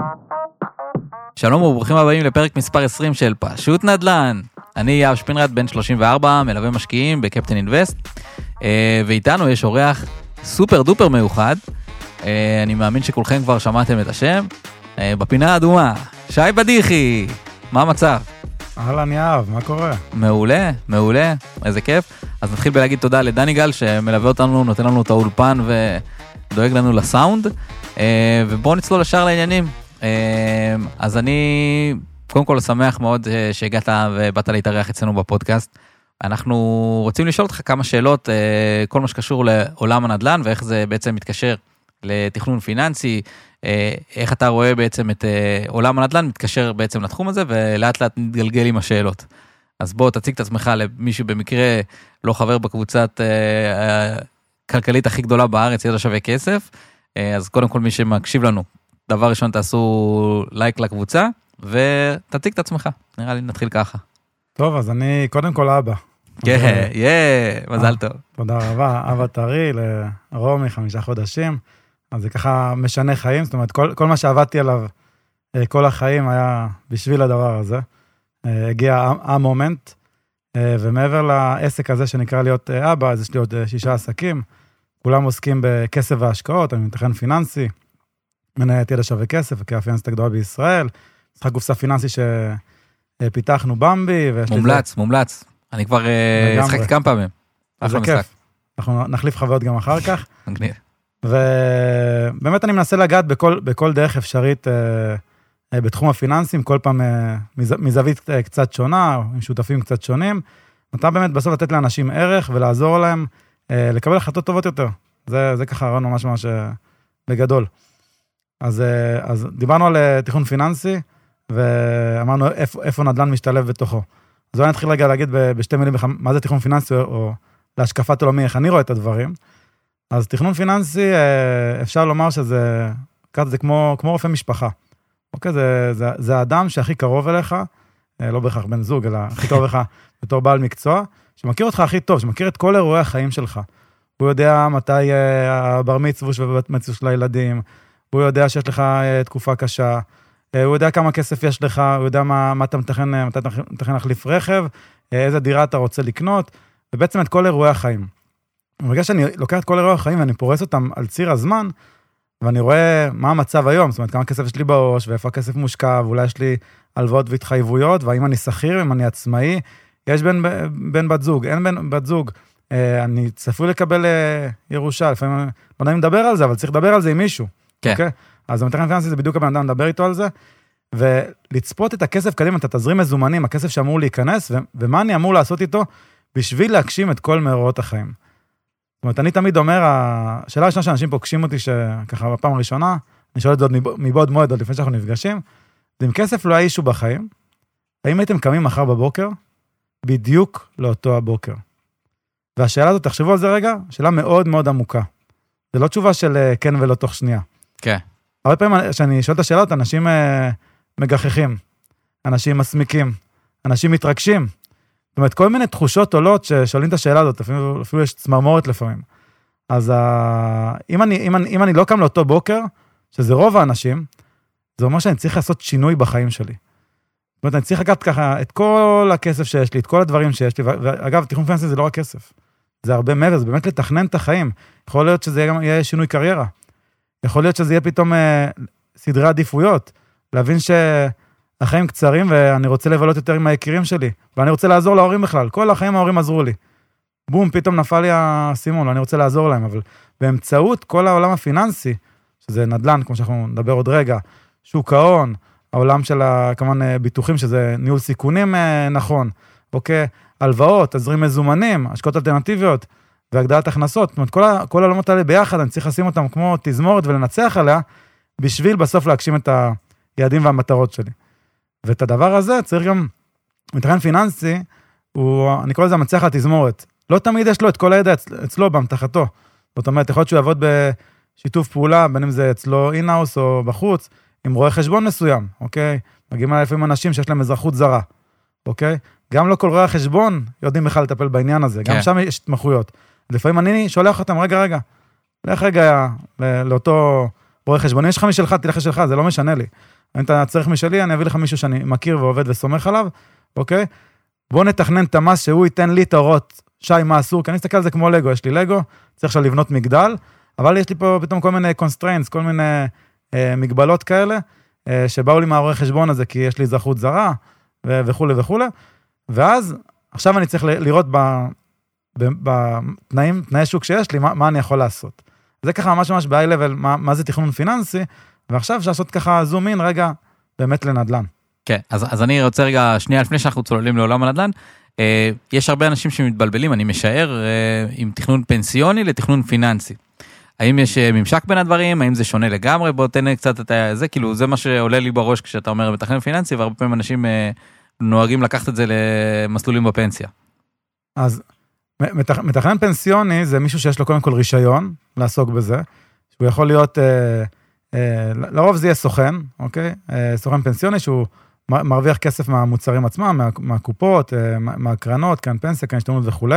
שלום וברוכים הבאים לפרק מספר 20 של פשוט נדל"ן. אני יאב שפינרד, בן 34, מלווה משקיעים בקפטן אינבסט, ואיתנו יש אורח סופר דופר מיוחד. אני מאמין שכולכם כבר שמעתם את השם. בפינה האדומה, שי בדיחי, מה המצב? אהלן יאב, מה קורה? מעולה, מעולה, איזה כיף. אז נתחיל בלהגיד תודה לדני גל שמלווה אותנו, נותן לנו את האולפן ודואג לנו לסאונד, ובואו נצלול לשאר לעניינים. אז אני קודם כל שמח מאוד שהגעת ובאת להתארח אצלנו בפודקאסט. אנחנו רוצים לשאול אותך כמה שאלות, כל מה שקשור לעולם הנדל"ן ואיך זה בעצם מתקשר לתכנון פיננסי, איך אתה רואה בעצם את עולם הנדל"ן מתקשר בעצם לתחום הזה, ולאט לאט נתגלגל עם השאלות. אז בוא תציג את עצמך למי שבמקרה לא חבר בקבוצת הכלכלית הכי גדולה בארץ, ידע שווה כסף. אז קודם כל מי שמקשיב לנו, דבר ראשון תעשו לייק לקבוצה, ותציג את עצמך. נראה לי נתחיל ככה. טוב, אז אני קודם כל אבא. כן, מזל טוב. תודה רבה, אבא טרי לרומי, 5 חודשים. אז זה ככה משנה חיים, זאת אומרת, כל מה שעבדתי עליו כל החיים היה בשביל הדבר הזה. הגיע המומנט, ומעבר לעסק הזה שנקרא להיות אבא, אז יש לי עוד 6 עסקים, כולם עוסקים בכסף והשקעות, אני מתכנן פיננסי, מנהלת ידע שווה כסף, וכי הפיננסית הגדולה בישראל, משחק קופסה פיננסי שפיתחנו במבי. מומלץ. אני כבר שחקתי כמה פעמים. זה כיף. אנחנו נחליף חוויות גם אחר כך. מגניב. ובאמת אני מנסה לגעת בכל דרך אפשרית בתחום הפיננסים, כל פעם מזווית קצת שונה, עם שותפים קצת שונים. אתה באמת בסוף לתת לאנשים ערך ולעזור להם לקבל החלטות טובות יותר. זה ככה ראינו ממש בגדול. אז דיברנו על תכנון פיננסי, ואמרנו איפה נדל"ן משתלב בתוכו. אז אני אתחיל רגע להגיד בשתי מילים מה זה תכנון פיננסי, או להשקפת עולמי, איך אני רואה את הדברים. אז תכנון פיננסי, אפשר לומר שזה כמו רופא משפחה. אוקיי, זה האדם שהכי קרוב אליך, לא בהכרח בן זוג, אלא הכי קרוב אליך בתור בעל מקצוע, שמכיר אותך הכי טוב, שמכיר את כל אירועי החיים שלך. הוא יודע מתי הבר מצווה ובת מצווה של הילדים, הוא יודע שיש לך תקופה קשה, הוא יודע כמה כסף יש לך, הוא יודע מה אתה מתכנן להחליף רכב, איזה דירה אתה רוצה לקנות, ובעצם את כל אירועי החיים. ברגע שאני לוקח את כל אירועי החיים ואני פורס אותם על ציר הזמן, ואני רואה מה המצב היום, זאת אומרת כמה כסף יש לי בראש, ואיפה הכסף מושקע, ואולי יש לי הלוואות והתחייבויות, והאם אני שכיר, אם אני עצמאי, יש בן בת זוג, אין בן בת זוג, אני צפוי לקבל ירושה, לפעמים לא יודע אם מדבר על זה, אבל צריך לדבר על זה עם מישהו. כן. Okay? אז המתכנן פיננסי זה בדיוק הבן אדם מדבר איתו על זה, ולצפות את הכסף קדימה, את התזרים מזומנים, הכסף שאמור להיכנס, ומה אני אמור לעשות איתו, בשביל להגשים את כל מאורעות החיים. זאת אומרת, אני תמיד אומר, השאלה הראשונה שאנשים פוגשים אותי, שככה בפעם הראשונה, אני שואל את זה עוד מבעוד מועד, עוד לפני שאנחנו נפגשים, זה אם כסף לא היה אישו בחיים, האם הייתם קמים מחר בבוקר, בדיוק לאותו הבוקר? והשאלה הזאת, תחשבו על זה רגע, שאלה מאוד מאוד עמוקה. זה לא תשובה של כן ולא תוך שנייה. כן. הרבה פעמים כשאני שואל את השאלות, אנשים מגחכים, אנשים מסמיקים, אנשים מתרגשים. זאת אומרת, כל מיני תחושות עולות ששואלים את השאלה הזאת, אפילו יש צמרמורת לפעמים. אז אם אני לא קם לאותו בוקר, שזה רוב האנשים, זה אומר שאני צריך לעשות שינוי בחיים שלי. זאת אומרת, אני צריך לקחת ככה את כל הכסף שיש לי, את כל הדברים שיש לי, ואגב, תכנון פיננסי זה לא רק כסף. זה הרבה מעבר, זה באמת לתכנן את החיים. יכול להיות שזה יהיה שינוי קריירה. יכול להיות שזה יהיה פתאום סדרי עדיפויות. להבין שהחיים קצרים ואני רוצה לבלות יותר עם היקירים שלי. ואני רוצה לעזור להורים בכלל. כל החיים ההורים עזרו לי. בום, פתאום נפל לי הסימון, אני רוצה לעזור להם. אבל באמצעות כל העולם הפיננסי, שזה נדל"ן, כמו שאנחנו נדבר עוד רגע, שוק ההון, העולם של כמובן ביטוחים, שזה ניהול סיכונים נכון. אוקיי? הלוואות, תזרים מזומנים, השקעות אלטרנטיביות, והגדלת הכנסות. זאת אומרת, כל העולמות האלה ביחד, אני צריך לשים אותם כמו תזמורת ולנצח עליה, בשביל בסוף להגשים את היעדים והמטרות שלי. ואת הדבר הזה צריך גם, מתכנן פיננסי, אני קורא לזה המצליח לתזמורת. לא תמיד יש לו את כל הידע אצלו באמתחתו. זאת אומרת, יכול להיות שהוא יעבוד בשיתוף פעולה, בין אם זה אצלו אין-האוס או בחוץ, עם רואה חשבון מסוים, אוקיי? מגיעים אליי לפעמים אנשים שיש להם אזרחות זרה, אוקיי? גם לא כל רואי החשבון יודעים בכלל לטפל בעניין הזה, גם שם יש התמחויות. לפעמים אני שולח אותם, רגע, לך רגע לאותו רואה חשבון, יש לך משלך, תלך לשלך, זה לא משנה לי. אם אתה צריך משלי, אני אביא לך מישהו שאני מכיר ועובד וסומך עליו, אוקיי? בוא נתכנן את המס שהוא ייתן לי את ההוראות, שי, מה אסור, כי אני אסתכל על זה כמו לגו, יש לי לגו, צריך עכשיו לבנות מגדל, אבל יש לי פה פתאום כל מיני constraints, כל מיני מגבלות כאלה, שבאו לי מהעורך חשבון הזה, כי יש לי אזרחות זרה, וכו' וכו'. ואז, עכשיו אני צריך לראות בתנאי שוק שיש לי, מה אני יכול לעשות. זה ככה ממש ממש ב-high level, מה זה תכנון פיננסי, ועכשיו אפשר לעשות ככה זום אין רגע, באמת לנדל"ן. כן, אז אני רוצה רגע, שנייה לפני שאנחנו צוללים לעולם הנדל"ן, יש הרבה אנשים שמתבלבלים, אני משער, עם תכנון פנסיוני לתכנון פיננסי. האם יש ממשק בין הדברים, האם זה שונה לגמרי, בוא תן קצת את זה, כאילו זה מה שעולה לי בראש כשאתה אומר מתכנן פיננסי, והרבה פעמים אנשים נוהגים לקחת את זה למסלולים בפנסיה. אז מתכנן פנסיוני זה מישהו שיש לו קודם כל רישיון לעסוק בזה, שהוא יכול להיות, לרוב זה יהיה סוכן, אוקיי? סוכן פנסיוני שהוא מרוויח כסף מהמוצרים עצמם, מהקופות, מהקרנות, כאן פנסיה, כאן השתלמות וכו'.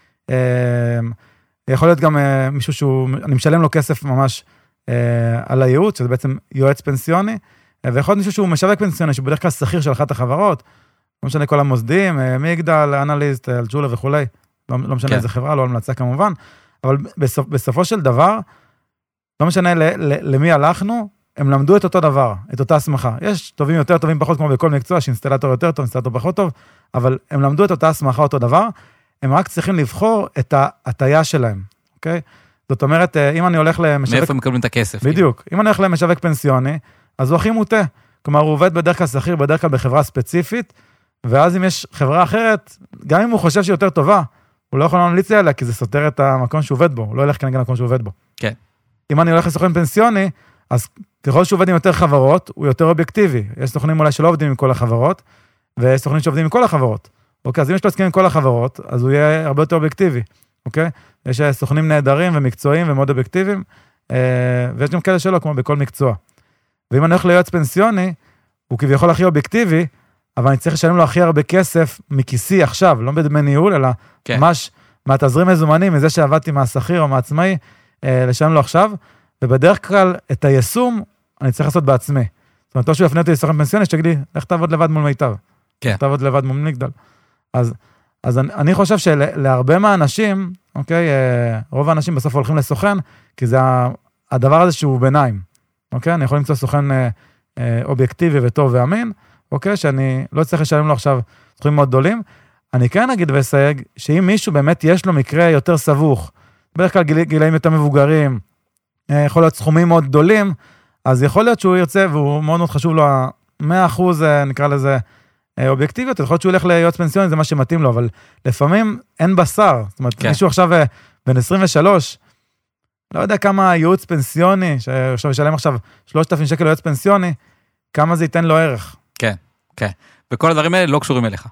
יכול להיות גם מישהו אני משלם לו כסף ממש על הייעוץ, שזה בעצם יועץ פנסיוני, ויכול להיות מישהו שהוא משווק פנסיוני, שהוא בדרך כלל שכיר של אחת החברות, לא משנה כל המוסדים, מיגדל, אנליסט, אלג'ולה וכו'. לא משנה איזה חברה, לא המלצה כמובן, אבל בסופו של דבר, לא משנה למי הלכנו, הם למדו את אותו דבר, את אותה הסמכה. יש טובים יותר, טובים פחות, כמו בכל מקצוע, שאינסטלטור יותר טוב, אינסטלטור פחות טוב, אבל הם למדו את אותה הסמכה, אותו דבר, הם רק צריכים לבחור את ההטיה שלהם, אוקיי? זאת אומרת, אם אני הולך למשווק... מאיפה מקבלים את הכסף? בדיוק. אם אני הולך למשווק פנסיוני, אז הוא הכי מוטה. כלומר, הוא עובד בדרך כלל שכיר, בדרך כלל בחברה ספציפית, ואז אם יש חברה אחרת, גם אם הוא חושב שהיא יותר טובה, הוא לא יכול להמליץ עליה, כי זה סותר את המקום שהוא עובד בו, הוא לא ילך כנגד המקום שהוא עובד בו. כן. אם אני הולך לסוכן פנסיוני, אז ככל שהוא עובד עם יותר חברות, הוא יותר אובייקטיבי. יש סוכנים אולי שלא עובדים עם כל החברות, ויש סוכנים שעובדים עם כל החברות. אוקיי, אז אם יש לו הסכם עם כל החברות, אז הוא יהיה הרבה יותר אובייקטיבי. אוקיי? יש סוכנים נהדרים ומקצועיים ומאוד אובייקטיביים, ויש גם כאלה שלא, כמו בכל מקצוע. ואם אני הולך ליועץ פנסיוני, הוא כביכול הכי אובייקטיבי, אבל אני צריך לשלם לו הכי הרבה כסף מכיסי עכשיו, לא בדמי ניהול, אלא ממש מהתזרים מזומנים, מזה שעבדתי מהשכיר או מהעצמאי, לשלם לו עכשיו, ובדרך כלל את היישום אני צריך לעשות בעצמי. זאת אומרת, שהוא יפנה אותי לסוכן פנסיוני, שתגיד לי, לך תעבוד לבד מול מיטב. כן. תעבוד לבד מול מגדל. אז אני חושב שלהרבה מהאנשים, אוקיי, רוב האנשים בסוף הולכים לסוכן, כי זה הדבר הזה שהוא ביניים. אוקיי? אני יכול למצוא סוכן אובייקטיבי וטוב ואמין, אוקיי? שאני לא צריך לשלם לו עכשיו סכומים מאוד גדולים. אני כן אגיד ואסייג, שאם מישהו באמת יש לו מקרה יותר סבוך, בדרך כלל גילאים יותר מבוגרים, יכול להיות סכומים מאוד גדולים, אז יכול להיות שהוא ירצה, והוא מאוד מאוד חשוב לו, 100% נקרא לזה אובייקטיביות, יכול להיות שהוא ילך ליועץ פנסיוני, זה מה שמתאים לו, אבל לפעמים אין בשר, זאת אומרת, כן. מישהו עכשיו בן 23, לא יודע כמה ייעוץ פנסיוני, שעכשיו ישלם עכשיו 3,000 שקל ליועץ פנסיוני, כמה זה ייתן לו ערך. כן, כן. וכל הדברים האלה לא קשורים אליך.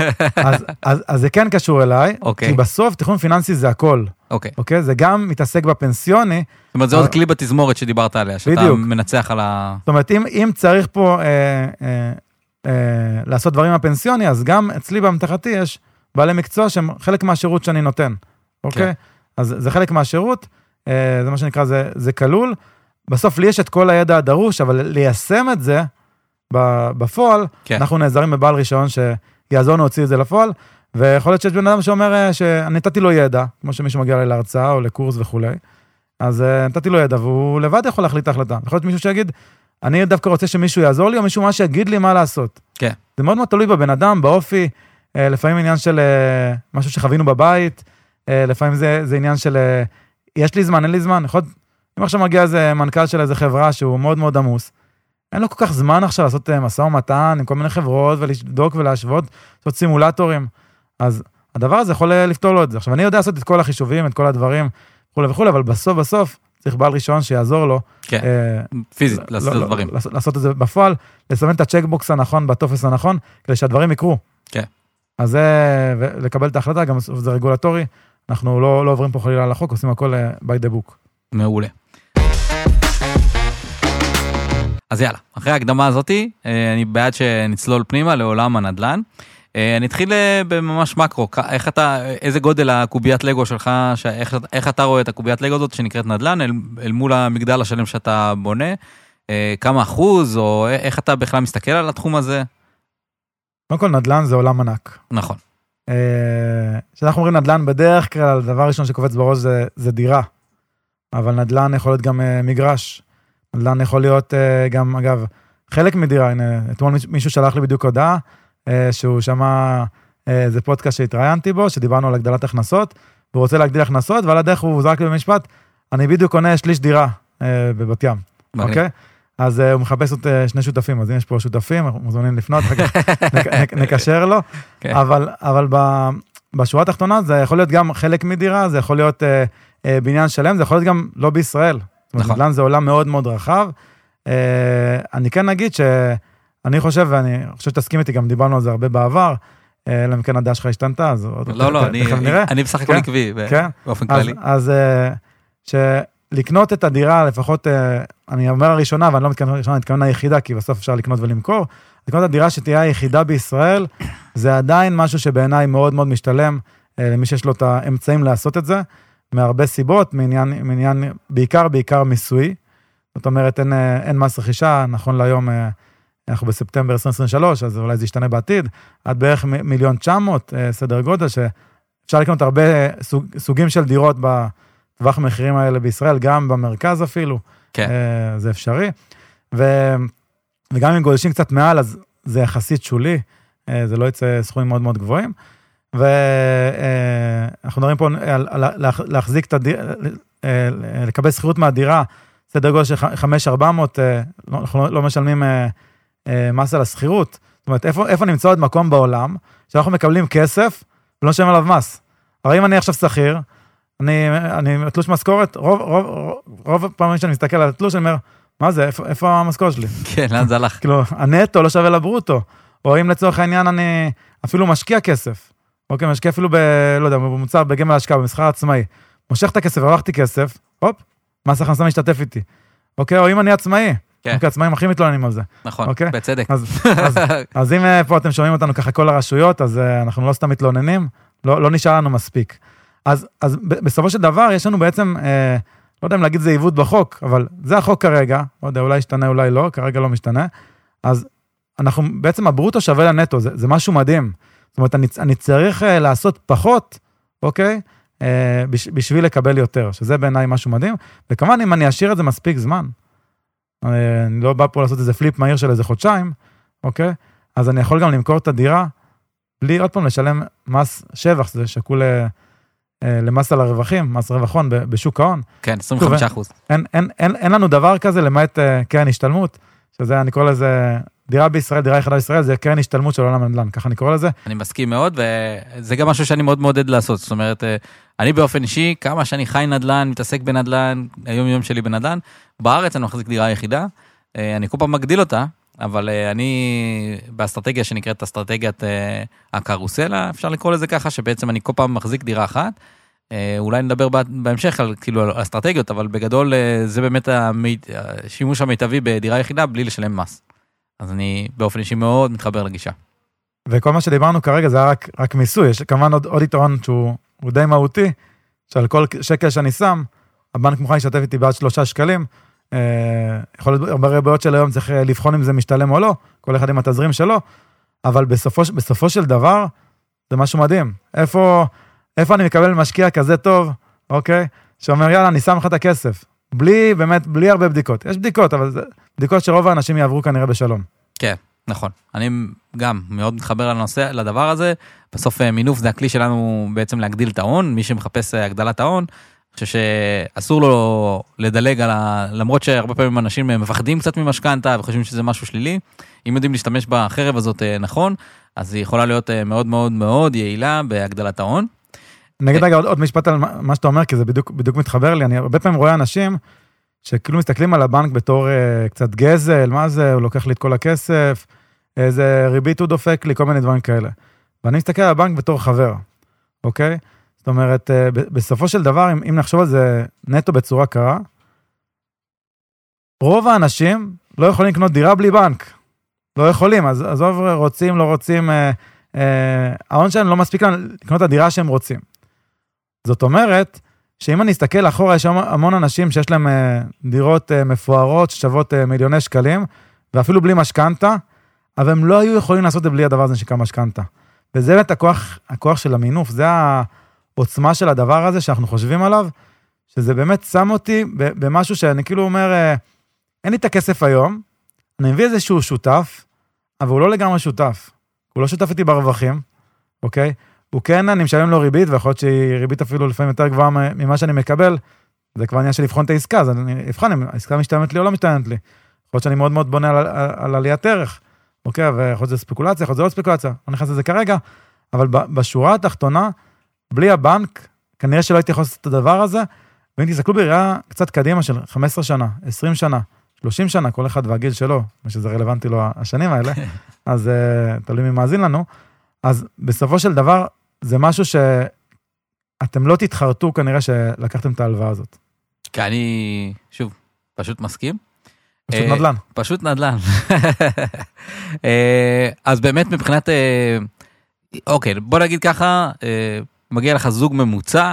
אז זה כן קשור אליי, כי בסוף תכנון פיננסי זה הכל. אוקיי? זה גם מתעסק בפנסיוני. זאת אומרת, זה עוד כלי בתזמורת שדיברת עליה, שאתה מנצח על ה... זאת אומרת, אם צריך פה לעשות דברים הפנסיוני, אז גם אצלי באמתחתי יש בעלי מקצוע שהם חלק מהשירות שאני נותן. אוקיי? אז זה חלק מהשירות, זה מה שנקרא, זה כלול. בסוף לי יש את כל הידע הדרוש, אבל ליישם את זה בפועל, אנחנו נעזרים בבעל רישיון שיעזור לנו להוציא את זה לפועל, ויכול להיות שיש בן אדם שאומר שאני נתתי לו ידע, כמו שמישהו מגיע להרצאה או לקורס וכו', אז נתתי לו ידע, והוא לבד יכול להחליט את ההחלטה. יכול להיות מישהו שיגיד, אני דווקא רוצה שמישהו יעזור לי, או מישהו מה שיגיד לי מה לעשות. כן. זה מאוד מאוד תלוי בבן אדם, באופי, לפעמים עניין של משהו שחווינו בבית, לפעמים זה עניין של יש לי זמן, אין לי זמן. אם עכשיו מגיע איזה מנכ"ל של איזה חברה שהוא מאוד מאוד עמוס, אין לו כל כך זמן עכשיו לעשות מסע ומתן עם כל מיני חברות ולדוק ולהשוות, לעשות סימולטורים. אז הדבר הזה יכול לפתור לו את זה. עכשיו, אני יודע לעשות את כל החישובים, את כל הדברים, וכו', אבל בסוף צריך בעל רישיון שיעזור לו. כן, פיזית, לעשות את הדברים. לעשות את זה בפועל, לסמן את הצ'קבוקס הנכון, בטופס הנכון, כדי שהדברים יקרו. כן. אז זה, ולקבל את ההחלטה, גם זה רגולטורי, אנחנו לא עוברים פה חלילה על החוק, עושים הכל by the book. מעולה. אז יאללה, אחרי ההקדמה הזאת, אני בעד שנצלול פנימה לעולם הנדל"ן. אני אתחיל בממש מקרו, איזה גודל הקוביית לגו שלך, איך אתה רואה את הקוביית לגו הזאת שנקראת נדל"ן, אל מול המגדל השלם שאתה בונה, כמה אחוז, או איך אתה בכלל מסתכל על התחום הזה? קודם כל, נדל"ן זה עולם ענק. נכון. כשאנחנו אומרים נדל"ן, בדרך כלל, הדבר הראשון שקופץ בראש זה דירה. אבל נדל"ן יכול להיות גם מגרש. נדל"ן יכול להיות גם, אגב, חלק מדירה. הנה, אתמול מישהו שלח לי בדיוק הודעה, שהוא שמע איזה פודקאסט שהתראיינתי בו, שדיברנו על הגדלת הכנסות, והוא רוצה להגדיל הכנסות, ועל הדרך הוא זרק לי במשפט, אני בדיוק קונה שליש דירה בבת ים. אוקיי? אז הוא מחפש עוד שני שותפים, אז אם יש פה שותפים, אנחנו מוזמנים לפנות, אחר כך נקשר לו. אבל בשורה התחתונה, זה יכול להיות גם חלק מדירה, זה יכול להיות בניין שלם, זה יכול להיות גם לא בישראל. נדל"ן זה עולם מאוד מאוד רחב. אני כן נגיד שאני חושב, ואני חושב שתסכים איתי, גם דיברנו על זה הרבה בעבר, אלא מכן הדעה שלך השתנתה, אז לא, אני בסך הכל עקבי, באופן כללי. אז לקנות את הדירה, לפחות, אני אומר הראשונה, ואני לא מתכוון הראשונה, אני מתכוון היחידה, כי בסוף אפשר לקנות ולמכור, לקנות את הדירה שתהיה היחידה בישראל, זה עדיין משהו שבעיניי מאוד מאוד משתלם, למי שיש לו את האמצעים לעשות את זה, מהרבה סיבות, מעניין בעיקר מיסוי, זאת אומרת, אין מס רכישה, נכון להיום, אנחנו בספטמבר 2023, אז אולי זה ישתנה בעתיד, עד בערך 1,900,000, סדר גודל, שאפשר לקנות הרבה סוגים של דירות בטווח המחירים האלה בישראל, גם במרכז אפילו, זה אפשרי, וגם אם גולשים קצת מעל, אז זה יחסית שולי, זה לא יצא סכומים מאוד מאוד גבוהים, ואנחנו מדברים פה על להחזיק את הדירה, לקבל שכירות מהדירה, סדר גודל של 5,400, אנחנו לא משלמים מס על השכירות, זאת אומרת, איפה נמצא עוד מקום בעולם, שאנחנו מקבלים כסף, ולא משלמים עליו מס. הרי אם אני עכשיו שכיר, אני תלוש משכורת, רוב פעמים שאני מסתכל על התלוש, אני אומר, מה זה, איפה המשכורת שלי? כן, לאן זה הלך? כאילו, הנטו לא שווה לברוטו, או אם לצורך העניין אני אפילו משקיע כסף, אוקיי, משקיע אפילו לא יודע, במוצר, בגמל ההשקעה, במסחר עצמאי, מושך את הכסף, הרווחתי כסף, הופ, מס הכנסה משתתף איתי. אוקיי, או אם אני עצמאי. אוקיי, עצמאים הכי מתלוננים על זה. נכון, בצדק. אז אם פה אתם שומעים אותנו ככה כל הרשויות, אז אנחנו לא סתם מתלוננים, לא נשאר לנו מספיק. אז בסופו של דבר, יש לנו בעצם, לא יודע אם להגיד זה עיוות בחוק, אבל זה החוק כרגע, לא יודע, אולי ישתנה, אולי לא, כרגע לא משתנה. אז אנחנו, בעצם הברוטו שווה לנטו, זה משהו מדהים. זאת אומרת, אני צריך לעשות פחות, אוקיי? בשביל לקבל יותר, שזה בעיניי משהו מדהים, וכמובן אם אני אשאיר את זה מספיק זמן, אני לא בא פה לעשות איזה פליפ מהיר של איזה חודשיים, אוקיי? אז אני יכול גם למכור את הדירה, בלי עוד פעם לשלם מס שבח, זה שקול למס על הרווחים, מס רווחון בשוק ההון. כן, 25%. אין לנו דבר כזה למעט קרן השתלמות, שזה אני קורא לזה דירה בישראל, דירה יחידה בישראל, זה קרן השתלמות של עולם הנדל"ן, ככה אני קורא לזה. אני מסכים מאוד, וזה גם משהו שאני מאוד מעודד לעשות, זאת אומרת, אני באופן אישי, כמה שאני חי נדל"ן, מתעסק בנדל"ן, היום שלי בנדל"ן, בארץ אני מחזיק דירה יחידה, אני כל פעם מגדיל אותה, אבל אני באסטרטגיה שנקראת אסטרטגיית הקרוסלה, אפשר לקרוא לזה ככה, שבעצם אני כל פעם מחזיק דירה אחת, אולי נדבר בהמשך על כאילו על אסטרטגיות, אבל בגדול זה באמת השימוש המיטבי בדירה יחידה בלי לשלם מס. אז אני באופן אישי מאוד מתחבר לגישה. וכל מה שדיברנו כרגע זה היה רק מיסוי, יש כמובן עוד יתרון שהוא די מהותי, שעל כל שקל שאני שם, הבנק מוכן להשתתף איתי בעד 3 שקלים, יכול להיות הרבה רבעות של היום צריך לבחון אם זה משתלם או לא, כל אחד עם התזרים שלו, אבל בסופו של דבר, זה משהו מדהים. איפה אני מקבל משקיע כזה טוב, אוקיי? שאומר, יאללה, אני שם לך את הכסף. בלי הרבה בדיקות. יש בדיקות, אבל זה בדיקות שרוב האנשים יעברו כנראה בשלום. כן, נכון. אני גם מאוד מתחבר לדבר הזה. בסוף מינוף זה הכלי שלנו בעצם להגדיל את ההון. מי שמחפש הגדלת ההון, אני חושב שאסור לו לדלג למרות שהרבה פעמים אנשים מפחדים קצת ממשכנתה וחושבים שזה משהו שלילי. אם יודעים להשתמש בחרב הזאת נכון, אז היא יכולה להיות מאוד מאוד מאוד יעילה בהגדלת ההון. נגיד רגע עוד משפט על מה שאתה אומר, כי זה בדיוק מתחבר לי. אני הרבה פעמים רואה אנשים שכאילו מסתכלים על הבנק בתור קצת גזל, מה זה, הוא לוקח לי את כל הכסף, איזה ריבית הוא דופק לי, כל מיני דברים כאלה. ואני מסתכל על הבנק בתור חבר, אוקיי? זאת אומרת, בסופו של דבר, אם נחשוב על זה נטו בצורה קרה, רוב האנשים לא יכולים לקנות דירה בלי בנק. לא יכולים, אז עזוב רוצים, לא רוצים, ההון שלהם לא מספיק לקנות את הדירה שהם רוצים. זאת אומרת, שאם אני אסתכל אחורה, יש המון אנשים שיש להם דירות מפוארות, ששוות מיליוני שקלים, ואפילו בלי משכנתה, אבל הם לא היו יכולים לעשות את זה בלי הדבר הזה שנקרא משכנתה. וזה באמת הכוח של המינוף, זה העוצמה של הדבר הזה שאנחנו חושבים עליו, שזה באמת שם אותי במשהו שאני כאילו אומר, אין לי את הכסף היום, אני מביא איזשהו שותף, אבל הוא לא לגמרי שותף. הוא לא שותף איתי ברווחים, אוקיי? הוא כן, אני משלם לו ריבית, ויכול להיות שהיא ריבית אפילו לפעמים יותר גבוהה ממה שאני מקבל, זה כבר עניין של לבחון את העסקה, אז אני אבחן אם העסקה משתלמת לי או לא משתלמת לי. יכול להיות שאני מאוד מאוד בונה על עליית ערך, אוקיי? ויכול להיות שזה ספקולציה, יכול להיות זה לא ספקולציה, לא נכנס לזה כרגע, אבל בשורה התחתונה, בלי הבנק, כנראה שלא הייתי יכול לעשות את הדבר הזה, ואם תסתכלו בראייה קצת קדימה של 15 שנה, 20 שנה, 30 שנה, כל אחד והגיל שלו, שזה רלוונטי לו השנים האלה, אז תלוי מי מאזין לנו, אז בסופו של דבר, זה משהו שאתם לא תתחרטו כנראה שלקחתם את ההלוואה הזאת. כי אני, שוב, פשוט מסכים. פשוט נדל"ן. פשוט נדל"ן. אז באמת מבחינת, אוקיי, בוא נגיד ככה, מגיע לך זוג ממוצע,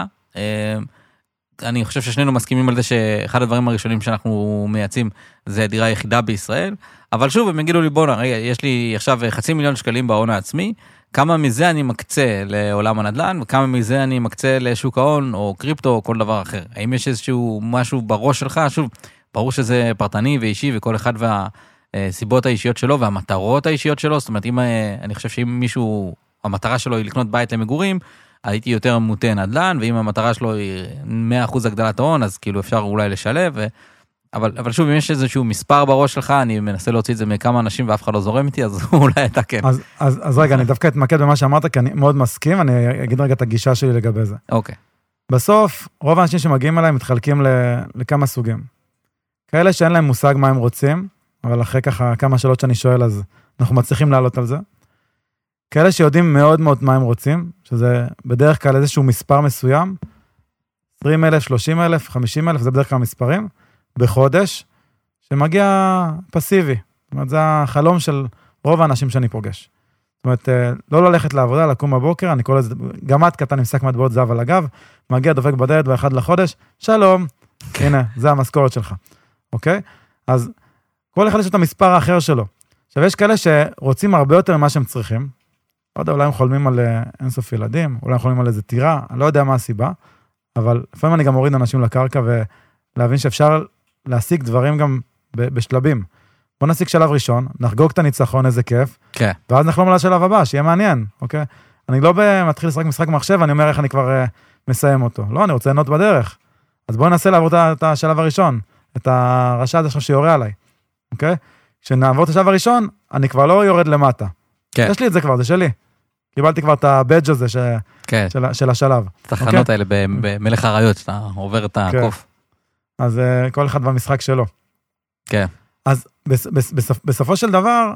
אני חושב ששנינו מסכימים על זה שאחד הדברים הראשונים שאנחנו מייצאים זה דירה יחידה בישראל, אבל שוב, הם יגידו לי, בוא, רגע, יש לי עכשיו 500,000 שקלים בהון העצמי, כמה מזה אני מקצה לעולם הנדל"ן, וכמה מזה אני מקצה לשוק ההון, או קריפטו, או כל דבר אחר. האם יש איזשהו משהו בראש שלך? שוב, ברור שזה פרטני ואישי, וכל אחד והסיבות האישיות שלו, והמטרות האישיות שלו, זאת אומרת, אני חושב שאם מישהו, המטרה שלו היא לקנות בית למגורים, הייתי יותר מוטה נדל"ן, ואם המטרה שלו היא 100% הגדלת ההון, אז כאילו אפשר אולי לשלב, אבל שוב, אם יש איזשהו מספר בראש שלך, אני מנסה להוציא את זה מכמה אנשים, ואף אחד לא זורם איתי, אז אולי אתה כן. אז רגע, אני דווקא אתמקד במה שאמרת, כי אני מאוד מסכים, אני אגיד רגע את הגישה שלי לגבי זה. אוקיי. בסוף, רוב האנשים שמגיעים אליי מתחלקים לכמה סוגים. כאלה שאין להם מושג מה הם רוצים, אבל אחרי ככה כמה שאלות שאני שואל, אז אנחנו מצליחים לעלות על זה. כאלה שיודעים מאוד מאוד מה הם רוצים, שזה בדרך כלל איזשהו מספר מסוים, 20,000, 30,000, 50,000, זה בדרך כלל מספרים, בחודש, שמגיע פסיבי. זאת אומרת, זה החלום של רוב האנשים שאני פוגש. זאת אומרת, לא ללכת לעבודה, לקום בבוקר, אני קורא לזה, גמד קטן עם שק מטבעות זהב על הגב, מגיע דופק בדלת באחד לחודש, שלום, הנה, זה המשכורת שלך. אוקיי? אז כל אחד יש את המספר האחר שלו. עכשיו, יש כאלה שרוצים הרבה יותר ממה שהם צריכים, לא יודע, אולי הם חולמים על אינסוף ילדים, אולי הם חולמים על איזה טירה, אני לא יודע מה הסיבה, אבל לפעמים אני גם מוריד אנשים לקרקע ולהבין שאפשר להשיג דברים גם בשלבים. בוא נשיג שלב ראשון, נחגוג את הניצחון, איזה כיף, כן. ואז נחלום על השלב הבא, שיהיה מעניין, אוקיי? אני לא מתחיל לשחק משחק מחשב, אני אומר איך אני כבר מסיים אותו. לא, אני רוצה ליהנות בדרך. אז בואו ננסה לעבור את השלב הראשון, את הרשע הזה שיורה עליי, אוקיי? כשנעבור את השלב הראשון, אני כבר לא יורד למטה. כן. יש לי את זה כבר, זה שלי. קיבלתי כבר את הבאג' הזה כן. של השלב. התחנות האלה במלך הרעיות, שאתה עובר את הקוף. אז כל אחד במשחק שלו. כן. אז בסופו של דבר,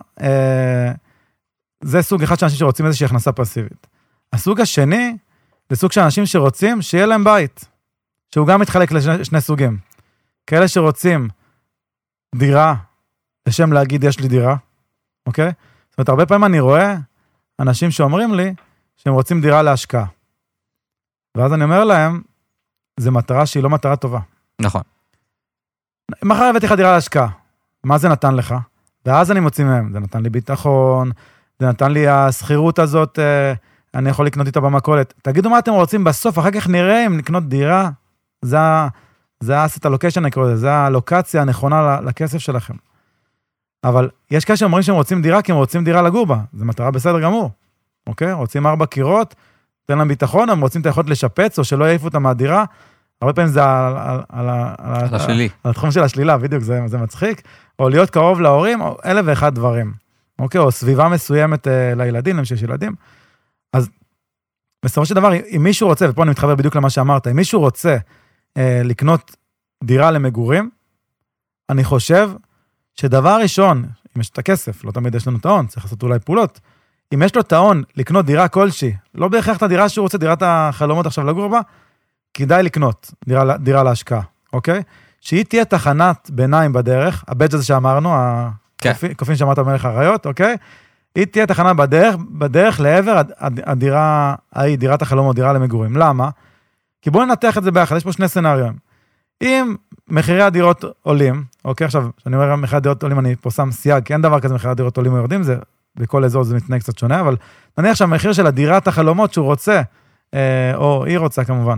זה סוג אחד של אנשים שרוצים איזושהי הכנסה פסיבית. הסוג השני, זה סוג של אנשים שרוצים שיהיה להם בית, שהוא גם מתחלק לשני סוגים. כאלה שרוצים דירה, לשם להגיד יש לי דירה, אוקיי? זאת אומרת, הרבה פעמים אני רואה אנשים שאומרים לי שהם רוצים דירה להשקעה. ואז אני אומר להם, זו מטרה שהיא לא מטרה טובה. נכון. מחר הבאתי לך דירה להשקעה. מה זה נתן לך? ואז אני מוציא מהם, זה נתן לי ביטחון, זה נתן לי הסחירות הזאת, אני יכול לקנות איתה במכולת. תגידו מה אתם רוצים בסוף, אחר כך נראה אם לקנות דירה, זה ה-asset allocation, אני קורא לזה, זה הלוקציה הנכונה לכסף שלכם. אבל יש כאלה שאומרים שהם רוצים דירה, כי הם רוצים דירה לגור בה, זו מטרה בסדר גמור, אוקיי? רוצים 4 קירות, תן להם ביטחון, הם רוצים את היכולת לשפץ, או שלא יעיפו אותם מהדירה, הרבה פעמים זה על התחום של השלילה, בדיוק, זה מצחיק, או להיות קרוב להורים, או 1,001 דברים, אוקיי? או סביבה מסוימת לילדים, למי שיש ילדים. אז בסופו של דבר, אם מישהו רוצה, ופה אני מתחבר בדיוק למה שאמרת, אם מישהו רוצה לקנות דירה למגורים, אני חושב שדבר ראשון, אם יש את הכסף, לא תמיד יש לנו את ההון, צריך לעשות אולי פעולות, אם יש לו את ההון לקנות דירה כלשהי, לא בהכרח את הדירה שהוא רוצה, דירת החלומות עכשיו לגור בה, כדאי לקנות דירה להשקעה, אוקיי? שהיא תהיה תחנת ביניים בדרך, הבאג' הזה שאמרנו, הקופים שאמרת במלך הרעיות, אוקיי? היא תהיה תחנה בדרך לעבר הדירה, דירת החלומות, דירה למגורים. למה? כי בואו ננתח את זה ביחד, יש פה שני סנריונים. אם מחירי הדירות עולים, אוקיי, עכשיו, כשאני אומר מחירי הדירות עולים, אני פה שם סייג, כי אין דבר כזה מחירי הדירות עולים או יורדים, זה, בכל אזור זה מתנהג קצת שונה, אבל נניח שהמחיר של הדירת החלומות שהוא רוצה, או היא רוצה כמובן,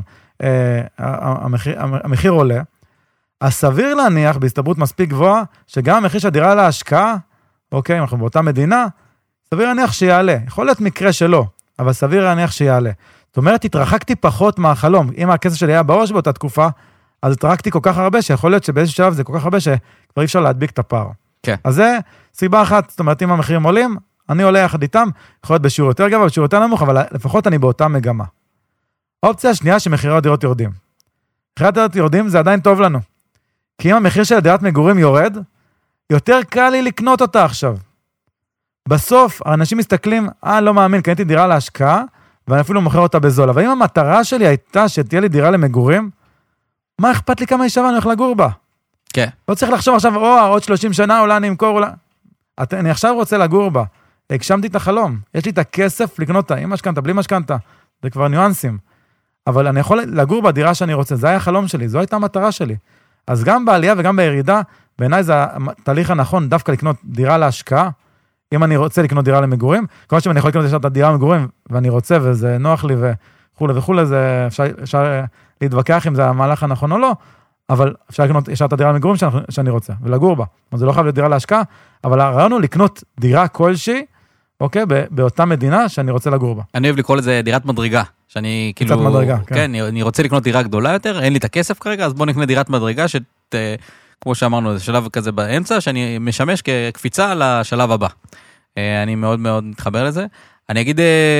המחיר עולה, אז סביר להניח בהסתברות מספיק גבוהה, שגם המחיר של הדירה להשקעה, אוקיי, אנחנו באותה מדינה, סביר להניח שיעלה. יכול להיות מקרה שלא, אבל סביר להניח שיעלה. זאת אומרת, התרחקתי פחות מהחלום. אם הכסף שלי היה בראש באותה תקופה, אז התרחקתי כל כך הרבה, שיכול להיות שבאיזשהו שלב זה כל כך הרבה, שכבר אי אפשר להדביק את הפער. כן. אז זה סיבה אחת, זאת אומרת, אם המחירים עולים, אני עולה יחד איתם, יכול להיות בשיעור יותר גבוה, בשיעור יותר נמוך, אבל לפחות אני באותה מגמה. האופציה השנייה שמחירי הדירות יורדים. מחירי הדירות יורדים, זה עדיין טוב לנו. כי אם המחיר של דירת מגורים יורד, יותר קל לי לקנות אותה עכשיו. בסוף, האנשים מסתכלים, לא מאמין, קניתי דירה להשקעה, ואני אפילו מוכר אותה בזול. אבל אם המטרה שלי הייתה שתהיה לי דירה למגורים, מה אכפת לי כמה ישבה אני הולך לגור בה? כן. לא צריך לחשוב עכשיו, עוד 30 שנה, אולי אני אמכור, אולי... אני עכשיו רוצה לגור בה. הגשמתי את החלום. יש לי את הכסף לקנות אותה, עם משכנתה, בלי משכנתה. זה כבר ניואנסים. אבל אני יכול לגור בדירה שאני רוצה. זה היה החלום שלי, זו הייתה המטרה שלי. אז גם בעלייה וגם בירידה, בעיניי זה התהליך הנכון, דווקא לקנות דירה להשקעה, אם אני רוצה לקנות דירה למגורים, כמו שאני יכול לקנות את הדירה למגורים, ואני רוצה, וזה נוח לי וכו' וכו', זה אפשר להתווכח אם זה המהלך הנכון או לא, אבל אפשר לקנות ישר את הדירה למגורים שאני רוצה, ולגור בה. זה לא חייב להיות דירה להשקעה, אבל הרעיון הוא לקנות דירה כלשהי, אוקיי, באותה מדינה שאני רוצה לגור בה. אני אוהב לקרוא לזה דירת מדרגה, שאני כאילו... קצת מדרגה, כן. כן, אני רוצה לקנות דירה גדולה יותר, אין לי את הכסף כרגע, אז בוא נקנה דירת מדרגה, כמו שאמרנו, זה שלב כזה באמצע, שאני משמש כקפיצה לשלב הבא. אני מאוד מאוד מתחבר לזה. אני אגיד